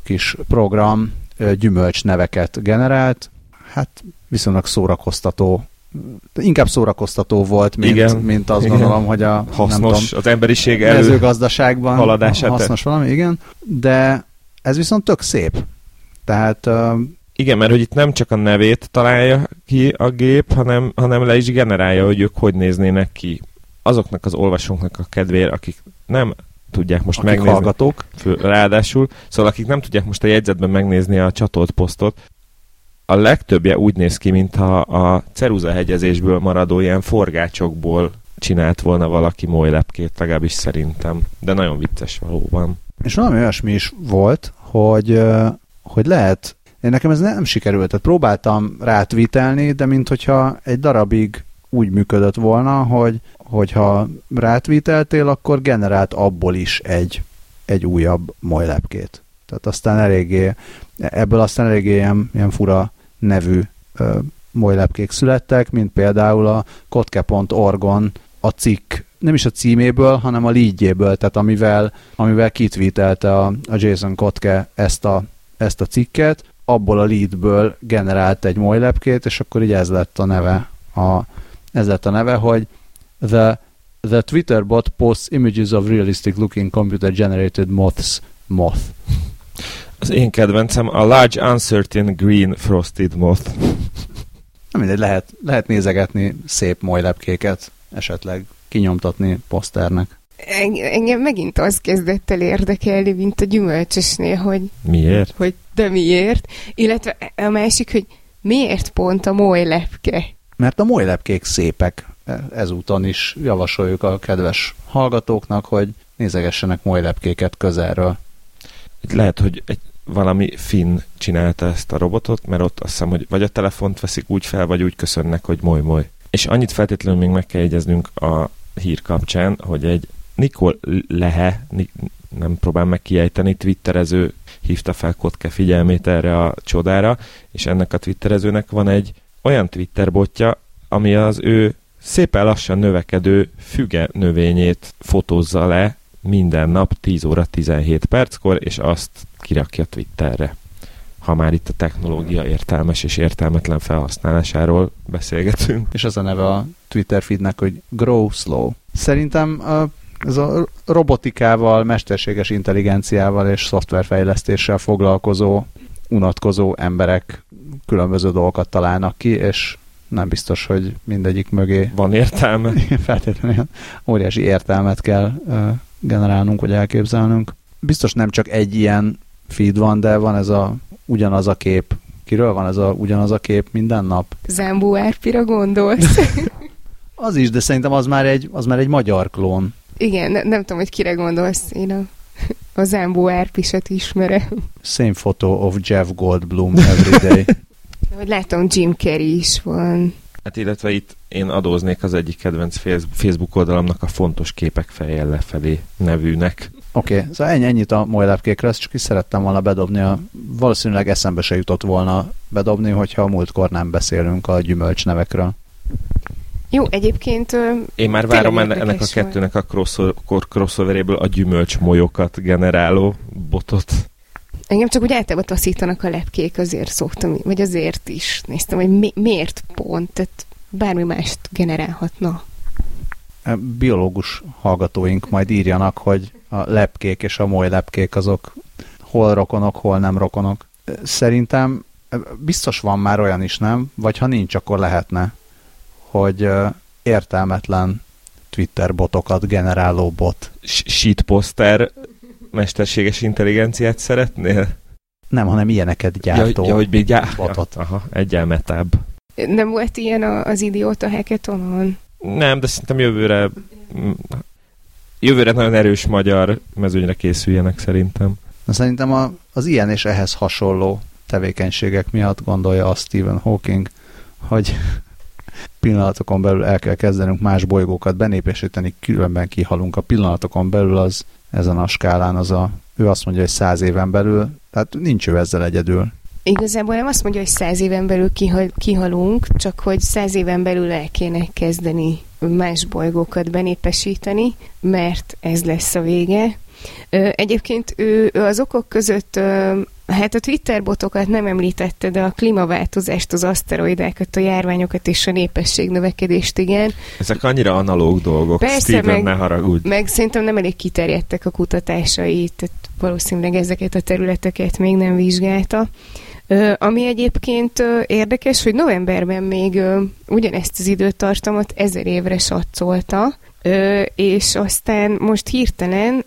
kis program gyümölcs neveket generált. Hát viszonylag szórakoztató. Inkább szórakoztató volt, mint azt gondolom, hogy a
hasznos, az emberiség
mezőgazdaságban
haladását
hasznos valami, igen. De ez viszont tök szép. Tehát...
Igen, mert hogy itt nem csak a nevét találja ki a gép, hanem le is generálja, hogy ők hogy néznének ki. Azoknak az olvasóknak a kedvéért, akik nem tudják most megnézni.
Hallgatók.
Ráadásul, szóval akik nem tudják most a jegyzetben megnézni a csatolt posztot, a legtöbbje úgy néz ki, mintha a ceruzahegyezésből maradó ilyen forgácsokból csinált volna valaki molylepkét, legalábbis szerintem. De nagyon vicces valóban.
És valami olyasmi is volt, hogy lehet, nekem ez nem sikerült, tehát próbáltam rátvítelni, de minthogyha egy darabig úgy működött volna, hogyha rátvíteltél, akkor generált abból is egy újabb molylepkét. Tehát aztán ebből aztán eléggé ilyen fura nevű molylepkék születtek, mint például a kotke.org-on a cikk, nem is a címéből, hanem a leadjéből, tehát amivel kitvítelte a Jason Kotke ezt a cikket, abból a leadből generált egy molylepkét, és akkor így ez lett a neve, hogy the Twitter bot posts images of realistic looking computer generated moth.
Az én kedvencem a Large Uncertain Green Frosted Moth.
Na mindegy, lehet nézegetni szép molylepkéket, esetleg kinyomtatni poszternek.
Engem megint az kezdett el érdekelni, mint a gyümölcsösnél, hogy...
Miért?
De miért? Illetve a másik, hogy miért pont a molylepke?
Mert a molylepkék szépek. Ezúton is javasoljuk a kedves hallgatóknak, hogy nézegessenek molylepkéket közelről.
Lehet, hogy valami finn csinálta ezt a robotot, mert ott azt hiszem, hogy vagy a telefont veszik úgy fel, vagy úgy köszönnek, hogy moly. És annyit feltétlenül még meg kell jegyeznünk a hír kapcsán, hogy egy Nikol Lehe, nem próbál meg kiejteni, twitterező hívta fel Kotke figyelmét erre a csodára, és ennek a twitterezőnek van egy olyan Twitter botja, ami az ő szépen lassan növekedő füge növényét fotózza le minden nap 10 óra 17 perckor, és azt kirakja Twitterre. Ha már itt a technológia értelmes és értelmetlen felhasználásáról beszélgetünk.
És az a neve a Twitter feednek, hogy Grow Slow. Szerintem ez a robotikával, mesterséges intelligenciával és szoftverfejlesztéssel foglalkozó, unatkozó emberek különböző dolgokat találnak ki, és nem biztos, hogy mindegyik mögé
van értelme.
Feltétlenül óriási értelmet kell generálnunk, vagy elképzelnünk. Biztos nem csak egy ilyen feed van, de van ugyanaz a kép. Kiről van ugyanaz a kép minden nap?
Zambó Árpira gondolsz?
Az is, de szerintem az már egy magyar klón.
Igen, nem tudom, hogy kire gondolsz. Én a Zambó Árpisat ismerem.
Same photo of Jeff Goldblum every day.
Hogy látom, Jim Carrey is van.
Hát illetve itt én adóznék az egyik kedvenc Facebook oldalamnak a fontos képek fejjel lefelé nevűnek.
Oké, szóval ennyit a molylepkékre, ezt csak is szerettem volna bedobni. Valószínűleg eszembe se jutott volna bedobni, hogyha a múltkor nem beszélünk a gyümölcsnevekről.
Jó, egyébként...
Én már várom ennek a kettőnek a crossoveréből a gyümölcsmolyokat generáló botot.
Engem csak úgy általában taszítanak a lepkék, azért szoktam, vagy azért is néztem, hogy miért pont, tehát bármi mást generálhatna.
Biológus hallgatóink majd írjanak, hogy a lepkék és a molylepkék azok hol rokonok, hol nem rokonok. Szerintem biztos van már olyan is, nem? Vagy ha nincs, akkor lehetne, hogy értelmetlen Twitter botokat generáló bot.
Shitposter mesterséges intelligenciát szeretnél?
Nem, hanem ilyeneket gyártó
hogy még
botot.
Aha, egyel metább.
Nem volt ilyen az Idióta Hackathonon?
Nem, de szerintem jövőre nagyon erős magyar mezőnyre készüljenek szerintem.
Szerintem az ilyen és ehhez hasonló tevékenységek miatt gondolja a Stephen Hawking, hogy pillanatokon belül el kell kezdenünk más bolygókat benépesíteni, különben kihalunk. A pillanatokon belül az ezen a skálán ő azt mondja, hogy 100 éven belül, tehát nincs ő ezzel egyedül.
Igazából nem azt mondja, hogy 100 éven belül kihalunk, csak hogy 100 éven belül el kéne kezdeni más bolygókat benépesíteni, mert ez lesz a vége. Egyébként ő az okok között Hát a Twitter botokat nem említette, de a klímaváltozást, az aszteroidákat, a járványokat és a népesség növekedést, igen.
Ezek annyira analóg dolgok,
persze,
Steven, ne haragudj.
Meg szerintem nem elég kiterjedtek a kutatásai, tehát valószínűleg ezeket a területeket még nem vizsgálta. Ami egyébként érdekes, hogy novemberben még ugyanezt az időtartamot 1000 évre satszolta, és aztán most hirtelen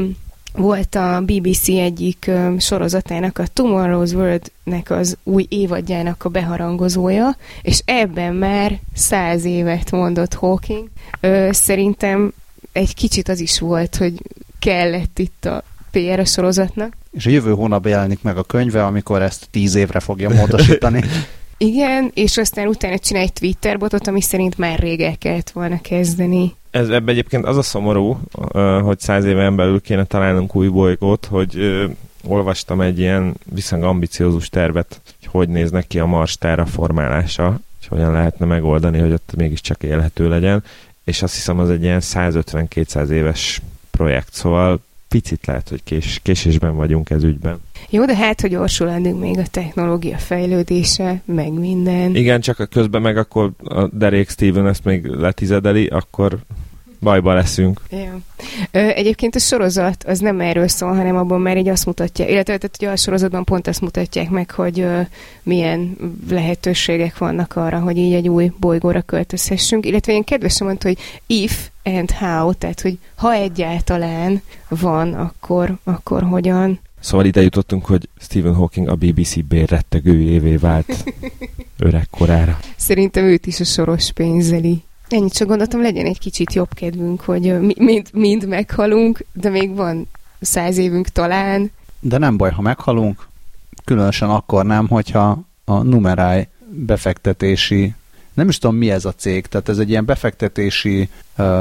volt a BBC egyik sorozatának, a Tomorrow's World-nek az új évadjának a beharangozója, és ebben már 100 évet mondott Hawking. Szerintem egy kicsit az is volt, hogy kellett itt a PR a sorozatnak.
És a jövő hónapban jelenik meg a könyve, amikor ezt 10 évre fogja módosítani.
Igen, és aztán utána csinál egy Twitter botot, ami szerint már rég el kellett volna kezdeni.
Ebben egyébként az a szomorú, hogy 100 éven belül kéne találnunk új bolygót, hogy olvastam egy ilyen viszonylag ambiciózus tervet, hogy néznek ki a Mars terraformálása, hogy hogyan lehetne megoldani, hogy ott mégiscsak élhető legyen, és azt hiszem az egy ilyen 150-200 éves projekt, szóval picit lehet, hogy késésben vagyunk ez ügyben.
Jó, de hát, hogy gyorsul addig még a technológia fejlődése, meg minden.
Igen, csak a közben meg akkor a derék Steven ezt még letizedeli, akkor bajba leszünk.
Ja. Egyébként a sorozat az nem erről szól, hanem abban már így azt mutatja, illetve tehát, hogy a sorozatban pont azt mutatják meg, hogy milyen lehetőségek vannak arra, hogy így egy új bolygóra költözhessünk, illetve ilyen kedvesen mondta, hogy if and how, tehát, hogy ha egyáltalán van, akkor hogyan.
Szóval ide jutottunk, hogy Stephen Hawking a BBC bérrettegőjévé vált öregkorára.
Szerintem őt is a soros pénzeli. Ennyit csak gondoltam, legyen egy kicsit jobb kedvünk, hogy mind meghalunk, de még van 100 évünk talán.
De nem baj, ha meghalunk, különösen akkor nem, hogyha a Numerai befektetési, nem is tudom mi ez a cég, tehát ez egy ilyen befektetési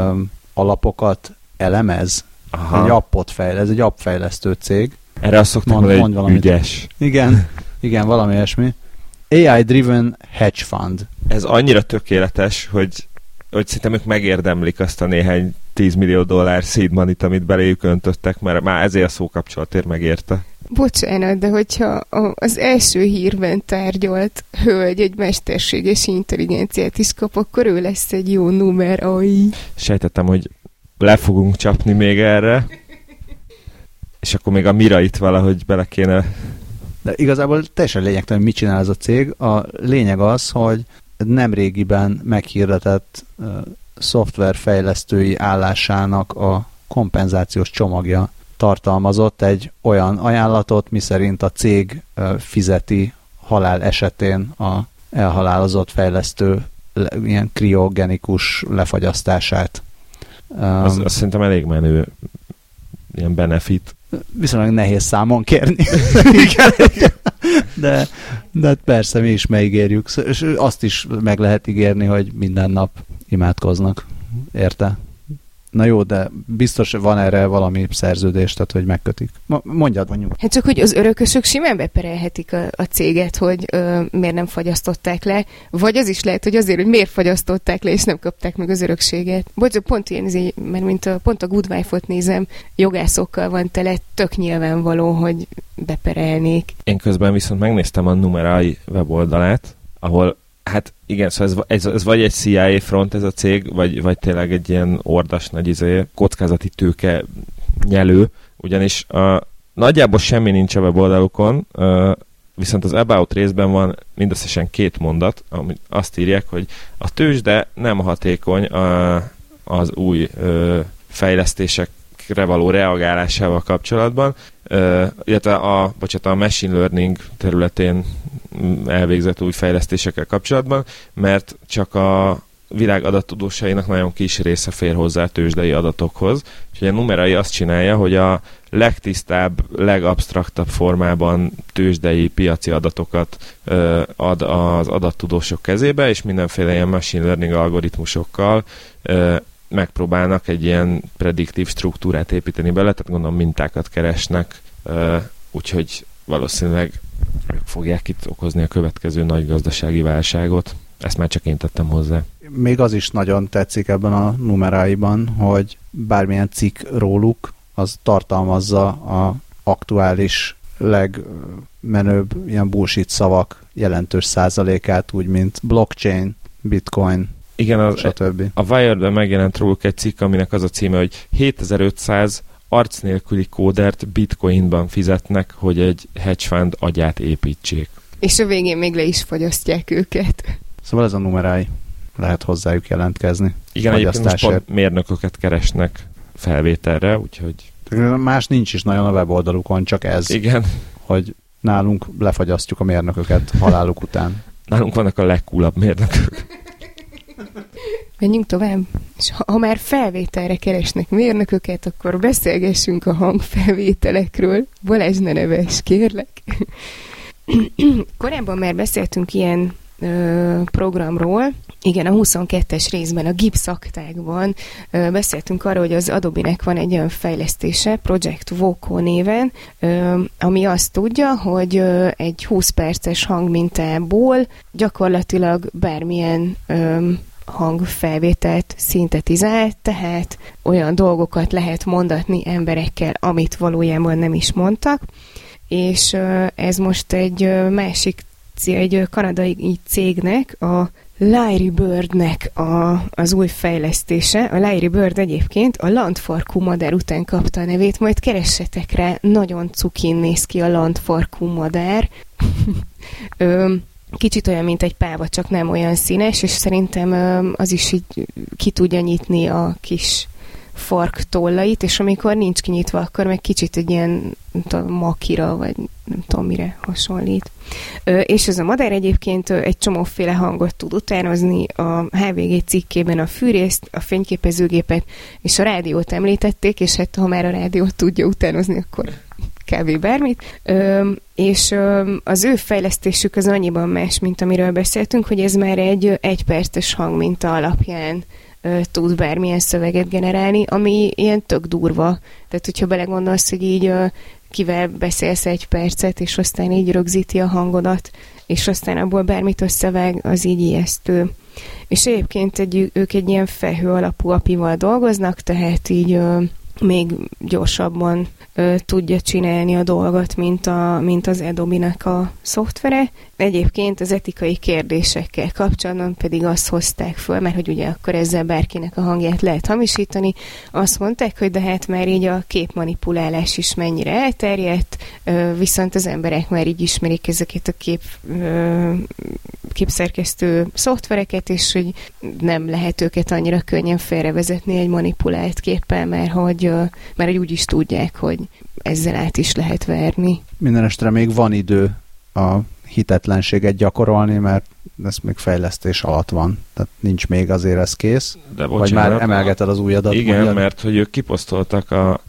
alapokat elemez, egy appot fejleszt, ez egy appfejlesztő cég.
Erre azt szokták mondani, hogy ügyes.
Igen, valami ilyesmi. AI-driven hedge fund.
Ez annyira tökéletes, hogy szerintem ők megérdemlik azt a néhány 10 millió dollár seed money-t, amit beléjük öntöttek, mert már ezért a szókapcsolatért megérte.
Bocsánat, de hogyha az első hírben tárgyalt hölgy egy mesterséges intelligenciát is kap, akkor ő lesz egy jó numerai.
Sejtettem, hogy le fogunk csapni még erre, és akkor még a Mirait valahogy bele kéne...
De igazából teljesen lényegtelen, mit csinál ez a cég. A lényeg az, hogy nemrégiben meghirdetett szoftverfejlesztői állásának a kompenzációs csomagja tartalmazott egy olyan ajánlatot, miszerint a cég fizeti halál esetén a elhalálozott fejlesztő ilyen kriogenikus lefagyasztását.
Az szerintem elég menő ilyen benefit.
Viszonylag nehéz számon kérni. de persze mi is megígérjük. És azt is meg lehet ígérni, hogy minden nap imádkoznak. Érte? Na jó, de biztos van erre valami szerződés, tehát hogy megkötik. Mondjad, mondjuk.
Hát csak, hogy az örökösök simán beperelhetik a céget, hogy miért nem fagyasztották le, vagy az is lehet, hogy azért, hogy miért fagyasztották le, és nem kapták meg az örökséget. Bocs, pont ilyen, mert mint pont a Good Wife-ot nézem, jogászokkal van tele, tök nyilvánvaló, hogy beperelnék.
Én közben viszont megnéztem a Numerai weboldalát, ahol hát igen, szóval ez vagy egy CIA front ez a cég, vagy tényleg egy ilyen ordas nagy kockázati tőke nyelő, ugyanis nagyjából semmi nincs a weboldalukon, viszont az About részben van mindösszesen 2 mondat, ami azt írják, hogy a tőzsde nem hatékony az új fejlesztésekre való reagálásával kapcsolatban, illetve a machine learning területén elvégzett új fejlesztésekkel kapcsolatban, mert csak a világ adattudósainak nagyon kis része fér hozzá tőzsdei adatokhoz. Úgyhogy a Numerai azt csinálja, hogy a legtisztább, legabsztraktabb formában tőzsdei piaci adatokat ad az adattudósok kezébe, és mindenféle ilyen machine learning algoritmusokkal megpróbálnak egy ilyen prediktív struktúrát építeni bele, tehát gondolom mintákat keresnek, úgyhogy valószínűleg fogják itt okozni a következő nagy gazdasági válságot. Ezt már csak én tettem hozzá.
Még az is nagyon tetszik ebben a Numeraiban, hogy bármilyen cikk róluk, az tartalmazza az aktuális legmenőbb ilyen bullshit szavak jelentős százalékát, úgy mint blockchain, bitcoin,
igen,
stb.
A Wired-ben megjelent róluk egy cikk, aminek az a címe, hogy 7500 arc nélküli kódert bitcoinban fizetnek, hogy egy hedge fund agyát építsék.
És a végén még le is fogyasztják őket.
Szóval ez a numerái. Lehet hozzájuk jelentkezni.
Igen, egyébként most pont mérnököket keresnek felvételre, úgyhogy...
Más nincs is nagyon a weboldalukon, csak ez.
Igen.
Hogy nálunk lefagyasztjuk a mérnököket haláluk után.
Nálunk vannak a legcoolabb mérnökök.
Menjünk tovább. És ha már felvételre keresnek mérnököket, akkor beszélgessünk a hangfelvételekről. Balázs, ne neves, kérlek. Korábban már beszéltünk ilyen programról. Igen, a 22-es részben, a Gipszaktákban beszéltünk arról, hogy az Adobe-nek van egy olyan fejlesztése, Project Voco néven, ami azt tudja, hogy egy 20 perces hangmintából gyakorlatilag bármilyen hangfelvételt szintetizál, tehát olyan dolgokat lehet mondatni emberekkel, amit valójában nem is mondtak, és ez most egy másik, egy kanadai cégnek, a Lyre Birdnek az új fejlesztése. A Lyre Bird egyébként a landfarkú madár után kapta a nevét, majd keressetek rá, nagyon cukin néz ki a landfarkú madár. Kicsit olyan, mint egy páva, csak nem olyan színes, és szerintem az is így ki tudja nyitni a kis fark tollait, és amikor nincs kinyitva, akkor meg kicsit egy ilyen makira, vagy nem tudom mire hasonlít. És ez a madár egyébként egy csomóféle hangot tud utánozni. A HVG cikkében a fűrészt, a fényképezőgépet és a rádiót említették, és hát ha már a rádiót tudja utánozni, akkor kb. Bármit. És az ő fejlesztésük az annyiban más, mint amiről beszéltünk, hogy ez már egy egyperces hangminta alapján tud bármilyen szöveget generálni, ami ilyen tök durva. Tehát, hogyha belegondolsz, hogy így kivel beszélsz egy percet, és aztán így rögzíti a hangodat, és aztán abból bármit összevág, az így ijesztő. És egyébként ők egy ilyen felhő alapú API-val dolgoznak, tehát így még gyorsabban tudja csinálni a dolgot, mint az Adobe-nek a szoftvere. Egyébként az etikai kérdésekkel kapcsolatban pedig azt hozták föl, mert hogy ugye akkor ezzel bárkinek a hangját lehet hamisítani. Azt mondták, hogy de hát már így a képmanipulálás is mennyire elterjedt, viszont az emberek már így ismerik ezeket a képszerkesztő szoftvereket, és hogy nem lehet őket annyira könnyen félrevezetni egy manipulált képpel, mert hogy úgy is tudják, hogy ezzel át is lehet verni.
Minden estre még van idő a hitetlenséget gyakorolni, mert ez még fejlesztés alatt van. Tehát ninnincs még azért ez kész. De bocsánat, vagy már emelgeted az újadat.
Igen, mondjad? Mert hogy ők kiposztoltak a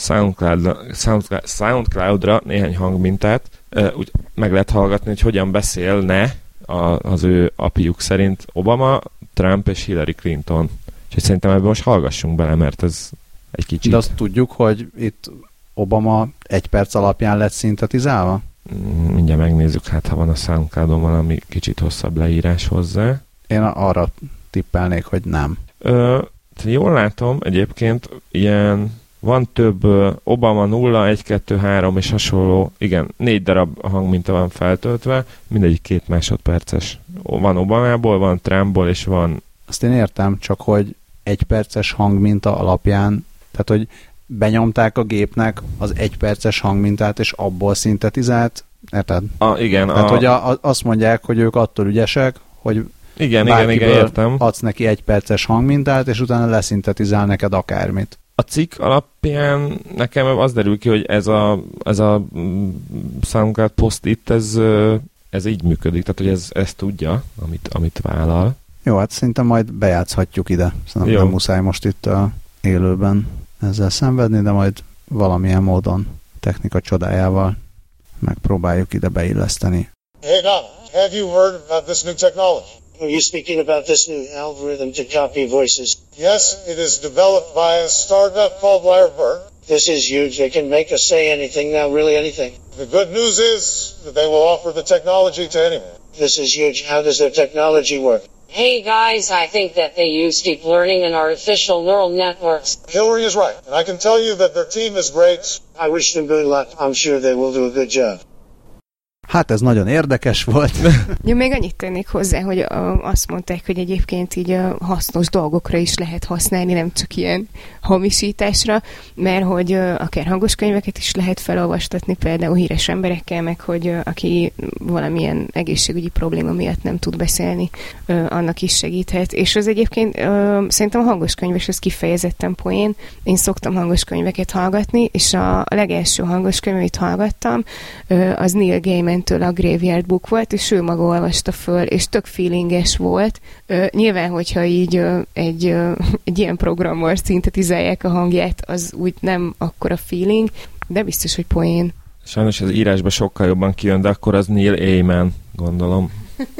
SoundCloud-ra néhány hangmintát, úgy meg lehet hallgatni, hogy hogyan beszélne az ő API-juk szerint Obama, Trump és Hillary Clinton. Úgyhogy szerintem ebben most hallgassunk bele, mert ez egy kicsit...
De azt tudjuk, hogy itt Obama 1 perc alapján lett szintetizálva?
Mindjárt megnézzük, hát ha van a SoundCloudon valami kicsit hosszabb leírás hozzá.
Én arra tippelnék, hogy nem.
Jól látom, egyébként ilyen van több Obama 0, 1, 2, 3 és hasonló, igen, 4 darab hangminta van feltöltve, mindegyik 2 másodperces. Van Obamából, van Trumpból, és van...
Azt én értem, csak hogy 1 perces hangminta alapján, tehát hogy benyomták a gépnek az 1 perces hangmintát, és abból szintetizált, érted?
Igen.
Tehát, hogy azt mondják, hogy ők attól ügyesek, hogy
igen, értem.
Adsz neki 1 perces hangmintát, és utána leszintetizál neked akármit.
A cikk alapján nekem az derül ki, hogy ez a SoundCloud post itt, ez így működik, tehát hogy ez tudja, amit vállal.
Jó, hát szerintem majd bejátszhatjuk ide. Szerintem nem muszáj most itt élőben ezzel szenvedni, de majd valamilyen módon technika csodájával megpróbáljuk ide beilleszteni.
Hey Donna, have you heard about this new technology?
Are you speaking about this new algorithm to copy voices?
Yes, it is developed by a startup called Lyre Bird.
This is huge. They can make us say anything now, really anything.
The good news is that they will offer the technology to anyone.
This is huge. How does their technology work?
Hey guys, I think that they use deep learning and artificial neural networks.
Hillary is right, and I can tell you that their team is great.
I wish them good luck. I'm sure they will do a good job.
Hát ez nagyon érdekes volt.
Ja, még annyit tennék hozzá, hogy azt mondták, hogy egyébként így hasznos dolgokra is lehet használni, nem csak ilyen hamisításra, mert hogy akár hangos könyveket is lehet felolvastatni például híres emberekkel, meg hogy aki valamilyen egészségügyi probléma miatt nem tud beszélni, annak is segíthet. És az egyébként szerintem a hangos könyves az kifejezetten poén. Én szoktam hangos könyveket hallgatni, és a legelső hangos könyv, amit hallgattam, az Neil Gaiman-től a Graveyard Book volt, és ő maga olvasta föl, és tök feelinges volt. Nyilván, hogyha így egy ilyen programmal szintetizálják a hangját, az úgy nem akkora feeling, de biztos, hogy poén.
Sajnos az írásban sokkal jobban kijön, de akkor az Neil Gaiman, gondolom.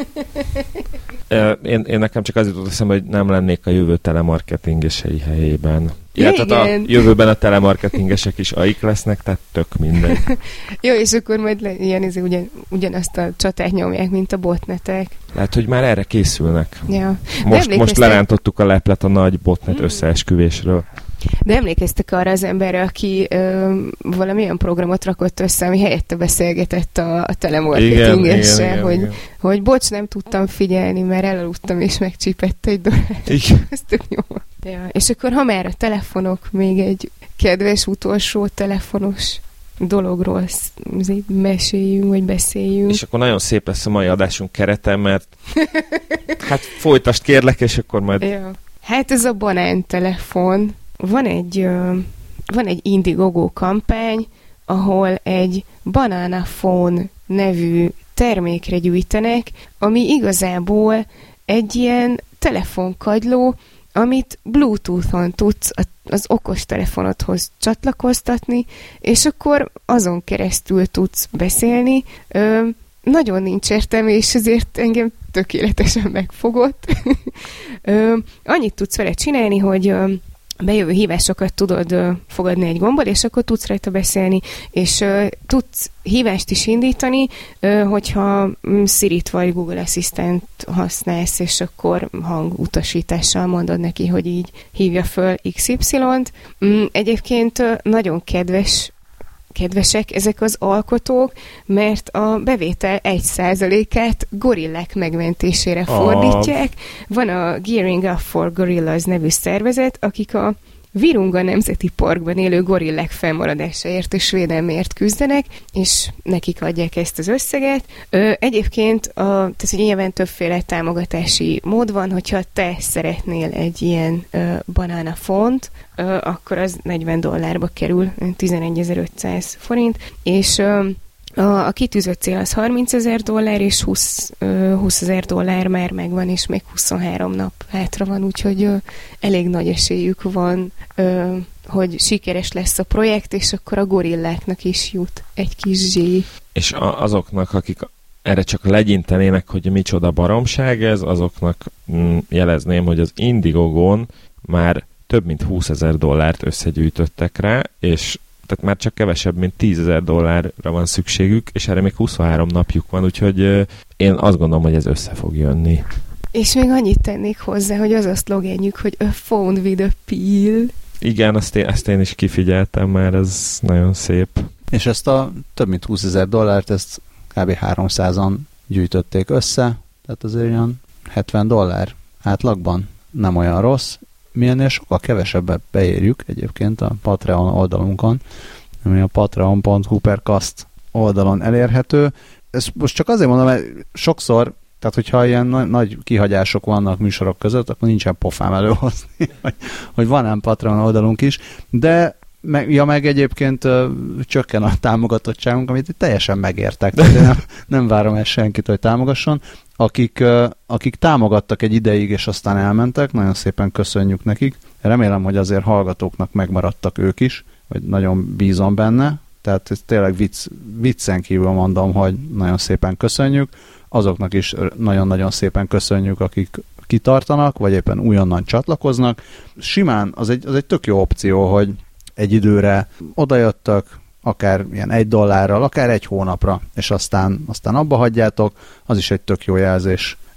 Én nekem csak az jutott eszembe, hogy nem lennék a jövő telemarketingesei helyében. Illetve a jövőben a telemarketingesek is aik lesznek, tehát tök mindegy.
Jó, és akkor majd ugyanazt a csatát nyomják, mint a botnetek.
Lehet, hogy már erre készülnek.
Ja.
Most lerántottuk a leplet a nagy botnet összeesküvésről.
De emlékeztek arra az emberre, aki valamilyen programot rakott össze, ami helyette beszélgetett a telemarketingessel, hogy bocs, nem tudtam figyelni, mert elaludtam, és megcsípett egy dolgot. Ez tök jó. Ja. És akkor, ha már a telefonok, még egy kedves utolsó telefonos dologról meséljünk, vagy beszéljünk.
És akkor nagyon szép lesz a mai adásunk kerete, mert hát folytasd kérlek, és akkor majd...
Ja. Hát ez a banántelefon. Van egy Indiegogo kampány, ahol egy Banana Phone nevű termékre gyűjtenek, ami igazából egy ilyen telefonkagyló, amit Bluetooth-on tudsz az okostelefonodhoz csatlakoztatni, és akkor azon keresztül tudsz beszélni. Nagyon nincs értelme, és ezért engem tökéletesen megfogott. Annyit tudsz vele csinálni, hogy bejövő hívásokat tudod fogadni egy gombot, és akkor tudsz rajta beszélni, és tudsz hívást is indítani, hogyha Sirit vagy Google Assistant használsz, és akkor hangutasítással mondod neki, hogy így hívja föl XY-t. Egyébként nagyon kedvesek ezek az alkotók, mert a bevétel 1%-át gorillák megmentésére fordítják. Van a Gearing Up for Gorillas nevű szervezet, akik a Virunga Nemzeti Parkban élő gorillák fennmaradásáért és védelméért küzdenek, és nekik adják ezt az összeget. Egyébként, tehát hogy nyilván többféle támogatási mód van, hogyha te szeretnél egy ilyen Banana Phone-t, akkor az $40 kerül, 11.500 forint, és a kitűzött cél az $30,000, és $20,000 már megvan, és még 23 nap hátra van, úgyhogy elég nagy esélyük van, hogy sikeres lesz a projekt, és akkor a gorilláknak is jut egy kis zsé.
És azoknak, akik erre csak legyintenének, hogy micsoda baromság ez, azoknak jelezném, hogy az Indiegogon már több mint $20,000 összegyűjtöttek rá, és tehát már csak kevesebb, mint $10,000 van szükségük, és erre még 23 napjuk van, úgyhogy én azt gondolom, hogy ez össze fog jönni.
És még annyit tennék hozzá, hogy az a szlogenjük, hogy a phone with a pill.
Igen, ezt én is kifigyeltem már, ez nagyon szép.
És ezt a több mint $20,000, ezt kb. 300-an gyűjtötték össze, tehát azért olyan $70 átlagban nem olyan rossz. Mi ennél sokkal kevesebbet beérjük egyébként a Patreon oldalunkon, ami a patreon.hu/cast oldalon elérhető. Ezt most csak azért mondom, mert sokszor, tehát hogyha ilyen nagy kihagyások vannak műsorok között, akkor nincsen pofám előhozni, hogy van ám Patreon oldalunk is, de meg egyébként csökken a támogatottságunk, amit teljesen megértek. Tehát nem várom el senkit, hogy támogasson. Akik támogattak egy ideig, és aztán elmentek, nagyon szépen köszönjük nekik. Remélem, hogy azért hallgatóknak megmaradtak ők is, vagy nagyon bízom benne. Tehát ez tényleg viccen kívül mondom, hogy nagyon szépen köszönjük. Azoknak is nagyon-nagyon szépen köszönjük, akik kitartanak, vagy éppen újonnan csatlakoznak. Simán az egy tök jó opció, hogy egy időre odajöttök, akár ilyen $1, akár egy hónapra, és aztán abba hagyjátok, az is egy tök jó jelzés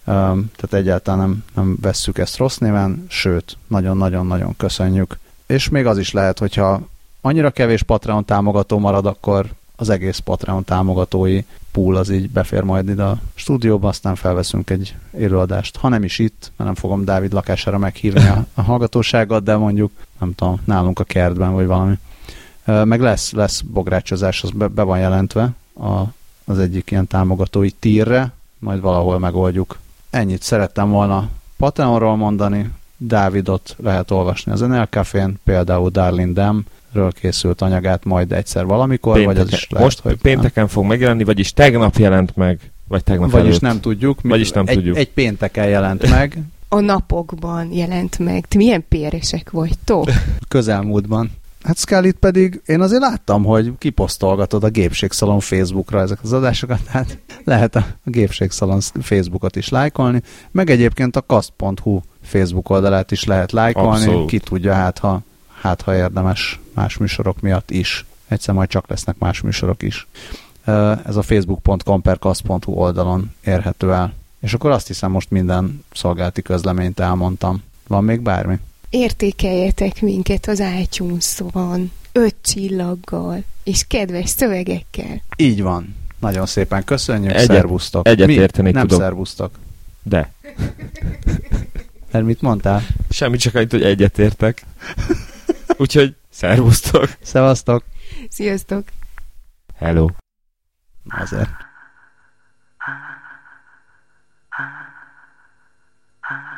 Tehát egyáltalán nem vesszük ezt rossz néven, sőt, nagyon-nagyon-nagyon köszönjük. És még az is lehet, hogyha annyira kevés Patreon támogató marad, akkor az egész Patreon támogatói pool az így befér majd ide a stúdióba, aztán felveszünk egy élőadást. Ha nem is itt, mert nem fogom Dávid lakására meghívni a hallgatóságot, de mondjuk, nem tudom, nálunk a kertben, vagy valami. Meg lesz bográcsozás, az be van jelentve az egyik ilyen támogatói tírre, majd valahol megoldjuk. Ennyit szerettem volna Patreonról mondani. Dávidot lehet olvasni az NL Cafén, például Darlene Dam-ről készült anyagát majd egyszer valamikor, vagy az is lehet,
most hogy pénteken fog megjelenni, vagyis tegnap jelent meg, vagy tegnap
vagyis
előtt.
Nem tudjuk.
Vagyis nem tudjuk.
Egy pénteken jelent meg.
A napokban jelent meg. Ti milyen péresek vagytok?
Közelmúltban. Hát Scullyt pedig én azért láttam, hogy kiposztolgatod a Gépségszalon Facebookra ezek az adásokat, tehát lehet a Gépségszalon Facebookot is lájkolni, meg egyébként a kast.hu Facebook oldalát is lehet lájkolni,
Abszolút.
Ki tudja, hát ha érdemes más műsorok miatt is. Egyszer majd csak lesznek más műsorok is. Ez a facebook.com/kast.hu oldalon érhető el. És akkor azt hiszem, most minden szolgálati közleményt elmondtam. Van még bármi?
Értékeljetek minket az iTunes-on 5 csillaggal és kedves szövegekkel.
Így van. Nagyon szépen köszönjük. Szervusztok.
Egyetérteni
Nem
tudok.
szervusztok.
De.
Mert mit mondtál?
Semmi, csak annyit, hogy egyetértek. Úgyhogy szervusztok.
Szevasztok.
Sziasztok!
Hello.
Azért.